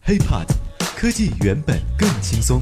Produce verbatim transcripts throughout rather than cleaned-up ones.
HeyPod， 科技原本更轻松。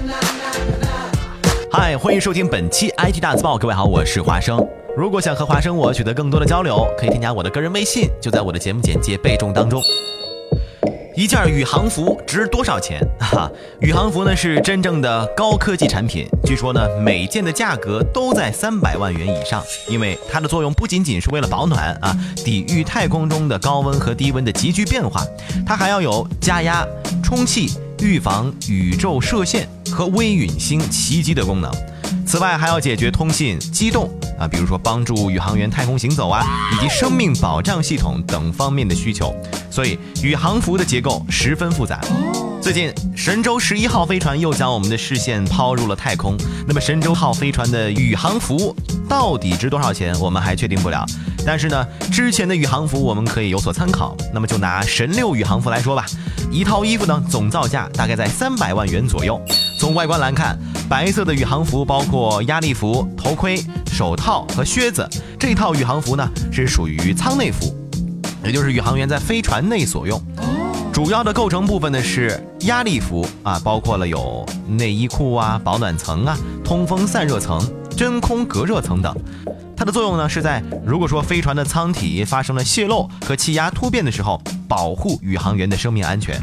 嗨，欢迎收听本期 I T 大字报。各位好，我是华生。如果想和华生我取得更多的交流，可以添加我的个人微信，就在我的节目简介备注当中。一件宇航服值多少钱？哈，宇航服呢是真正的高科技产品，据说呢每件的价格都在三百万元以上，因为它的作用不仅仅是为了保暖啊，抵御太空中的高温和低温的急剧变化，它还要有加压、充气、预防宇宙射线和微陨星袭击的功能。此外还要解决通信、机动啊，比如说帮助宇航员太空行走啊，以及生命保障系统等方面的需求。所以宇航服的结构十分复杂。最近神舟十一号飞船又将我们的视线抛入了太空，那么神舟号飞船的宇航服到底值多少钱，我们还确定不了。但是呢，之前的宇航服我们可以有所参考。那么就拿神六宇航服来说吧，一套衣服呢总造价大概在三百万元左右。从外观来看，白色的宇航服包括压力服、头盔、手套和靴子。这套宇航服呢是属于舱内服，也就是宇航员在飞船内所用。主要的构成部分呢是压力服啊，包括了有内衣裤啊、保暖层啊、通风散热层、真空隔热层等。它的作用呢是在如果说飞船的舱体发生了泄漏和气压突变的时候，保护宇航员的生命安全。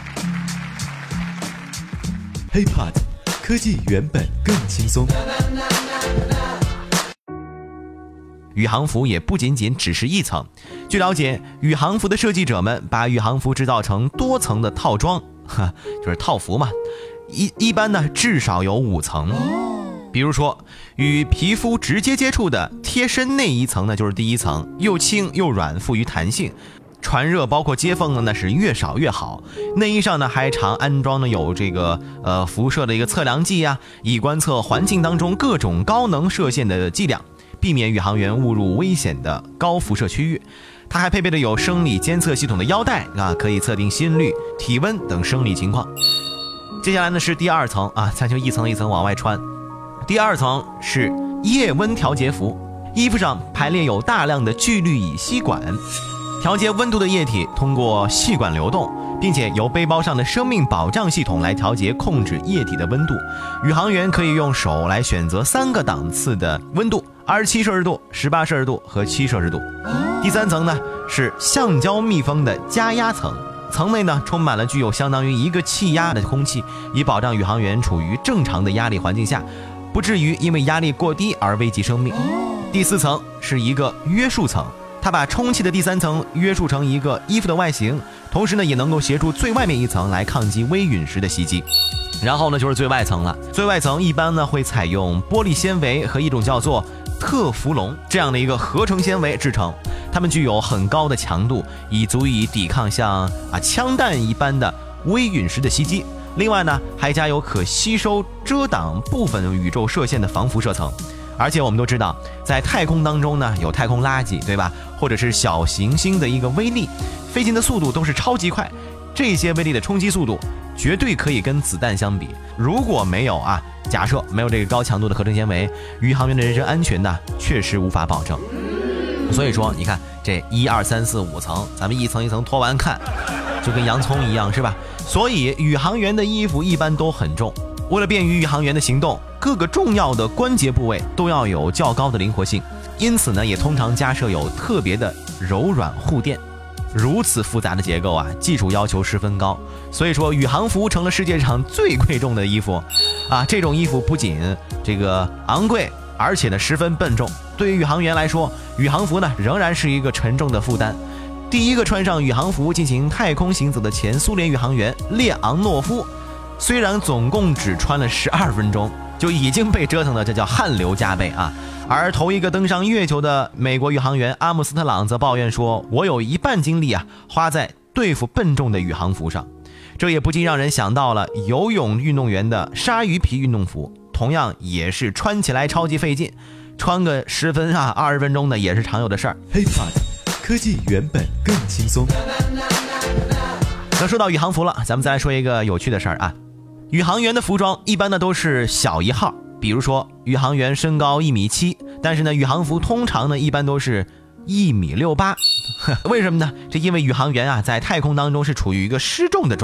HeyPod， 科技原本更轻松。 宇航服也不仅仅只是一层。据了解，宇航服的设计者们把宇航服制造成多层的套装，就是套服嘛，一一般呢至少有五层。比如说与皮肤直接接触的贴身内衣层呢就是第一层，又轻又软，富于弹性，传热包括接缝呢那是越少越好。内衣上呢还常安装的有这个呃辐射的一个测量计啊，以观测环境当中各种高能射线的剂量，避免宇航员误入危险的高辐射区域。它还配备了有生理监测系统的腰带啊，可以测定心率、体温等生理情况。接下来呢是第二层啊，咱就一层一层往外穿。第二层是液温调节服，衣服上排列有大量的聚氯乙烯管，调节温度的液体通过细管流动，并且由背包上的生命保障系统来调节控制液体的温度。宇航员可以用手来选择三个档次的温度，二十七摄氏度、十八摄氏度和七摄氏度。第三层呢是橡胶密封的加压层，层内呢充满了具有相当于一个气压的空气，以保障宇航员处于正常的压力环境下，不至于因为压力过低而危及生命。第四层是一个约束层，它把充气的第三层约束成一个衣服的外形，同时呢也能够协助最外面一层来抗击微陨石的袭击。然后呢就是最外层了，最外层一般呢会采用玻璃纤维和一种叫做特氟龙这样的一个合成纤维制成，它们具有很高的强度，以足以抵抗像啊枪弹一般的微陨石的袭击。另外呢还加有可吸收遮挡部分宇宙射线的防辐射层。而且我们都知道，在太空当中呢有太空垃圾，对吧？或者是小行星的一个微粒，飞行的速度都是超级快，这些微粒的冲击速度绝对可以跟子弹相比。如果没有啊，假设没有这个高强度的合成纤维，宇航员的人身安全呢确实无法保证。所以说你看这一二三四五层，咱们一层一层脱完看，就跟洋葱一样，是吧？所以宇航员的衣服一般都很重，为了便于宇航员的行动，各个重要的关节部位都要有较高的灵活性，因此呢也通常加设有特别的柔软护垫。如此复杂的结构啊，技术要求十分高，所以说宇航服成了世界上最贵重的衣服啊。这种衣服不仅这个昂贵，而且呢十分笨重。对于宇航员来说，宇航服呢仍然是一个沉重的负担。第一个穿上宇航服进行太空行走的前苏联宇航员列昂诺夫，虽然总共只穿了十二分钟，就已经被折腾的这叫汗流浃背啊。而头一个登上月球的美国宇航员阿姆斯特朗则抱怨说，我有一半精力啊花在对付笨重的宇航服上。这也不禁让人想到了游泳运动员的鲨鱼皮运动服，同样也是穿起来超级费劲，穿个十分啊二十分钟的也是常有的事儿。 HeyPod， 科技原本更轻松。 那说到宇航服了，咱们再来说一个有趣的事儿啊。宇航员的服装一般呢都是小一号，比如说宇航员身高一米七，但是呢宇航服通常呢一般都是一米六八。为什么呢？这因为宇航员啊在太空当中是处于一个失重的状态，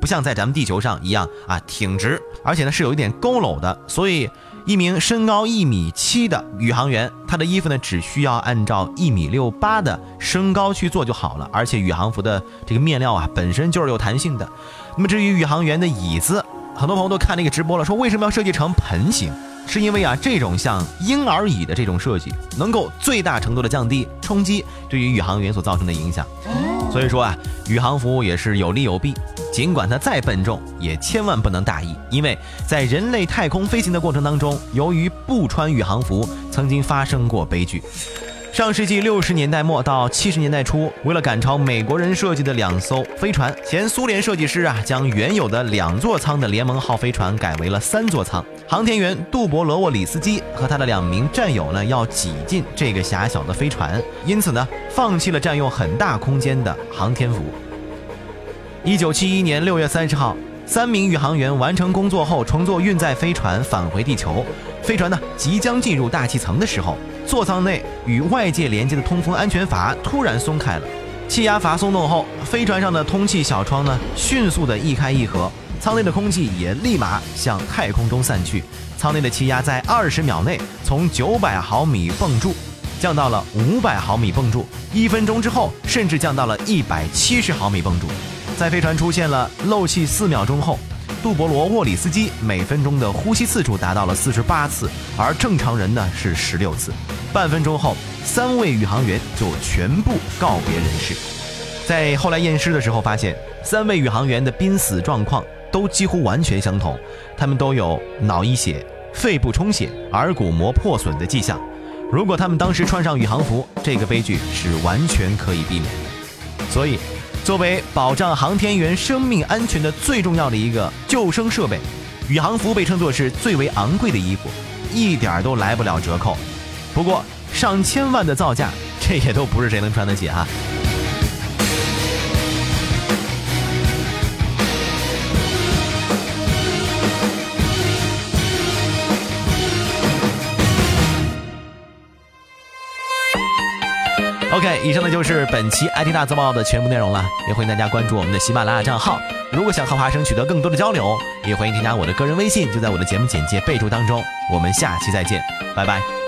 不像在咱们地球上一样啊挺直，而且呢是有一点佝偻的，所以一名身高一米七的宇航员，他的衣服呢只需要按照一米六八的身高去做就好了，而且宇航服的这个面料啊本身就是有弹性的。那么至于宇航员的椅子，很多朋友都看那个直播了，说为什么要设计成盆形？是因为啊这种像婴儿椅的这种设计，能够最大程度的降低冲击对于宇航员所造成的影响。所以说啊，宇航服也是有利有弊，尽管它再笨重，也千万不能大意，因为在人类太空飞行的过程当中，由于不穿宇航服，曾经发生过悲剧。上世纪六十年代末到七十年代初，为了赶超美国人设计的两艘飞船，前苏联设计师啊将原有的两座舱的联盟号飞船改为了三座舱。航天员杜博罗沃里斯基和他的两名战友呢要挤进这个狭小的飞船，因此呢放弃了占用很大空间的航天服。一九七一年六月三十号，三名宇航员完成工作后乘坐运载飞船返回地球。飞船呢即将进入大气层的时候，座舱内与外界连接的通风安全阀突然松开了，气压阀松动后，飞船上的通气小窗呢迅速的一开一合，舱内的空气也立马向太空中散去，舱内的气压在二十秒内从九百毫米泵柱降到了五百毫米泵柱，一分钟之后甚至降到了一百七十毫米泵柱。在飞船出现了漏气四秒钟后，杜博罗沃里斯基每分钟的呼吸次数达到了四十八次，而正常人呢是十六次。半分钟后，三位宇航员就全部告别人世。在后来验尸的时候发现，三位宇航员的濒死状况都几乎完全相同，他们都有脑溢血、肺部充血、耳骨膜破损的迹象。如果他们当时穿上宇航服，这个悲剧是完全可以避免的。所以作为保障航天员生命安全的最重要的一个救生设备，宇航服被称作是最为昂贵的衣服，一点都来不了折扣。不过上千万的造价，这也都不是谁能穿得起啊。OK， 以上呢就是本期 I T 大字报的全部内容了，也欢迎大家关注我们的喜马拉雅账号。如果想和华生取得更多的交流，也欢迎添加我的个人微信，就在我的节目简介备注当中。我们下期再见，拜拜。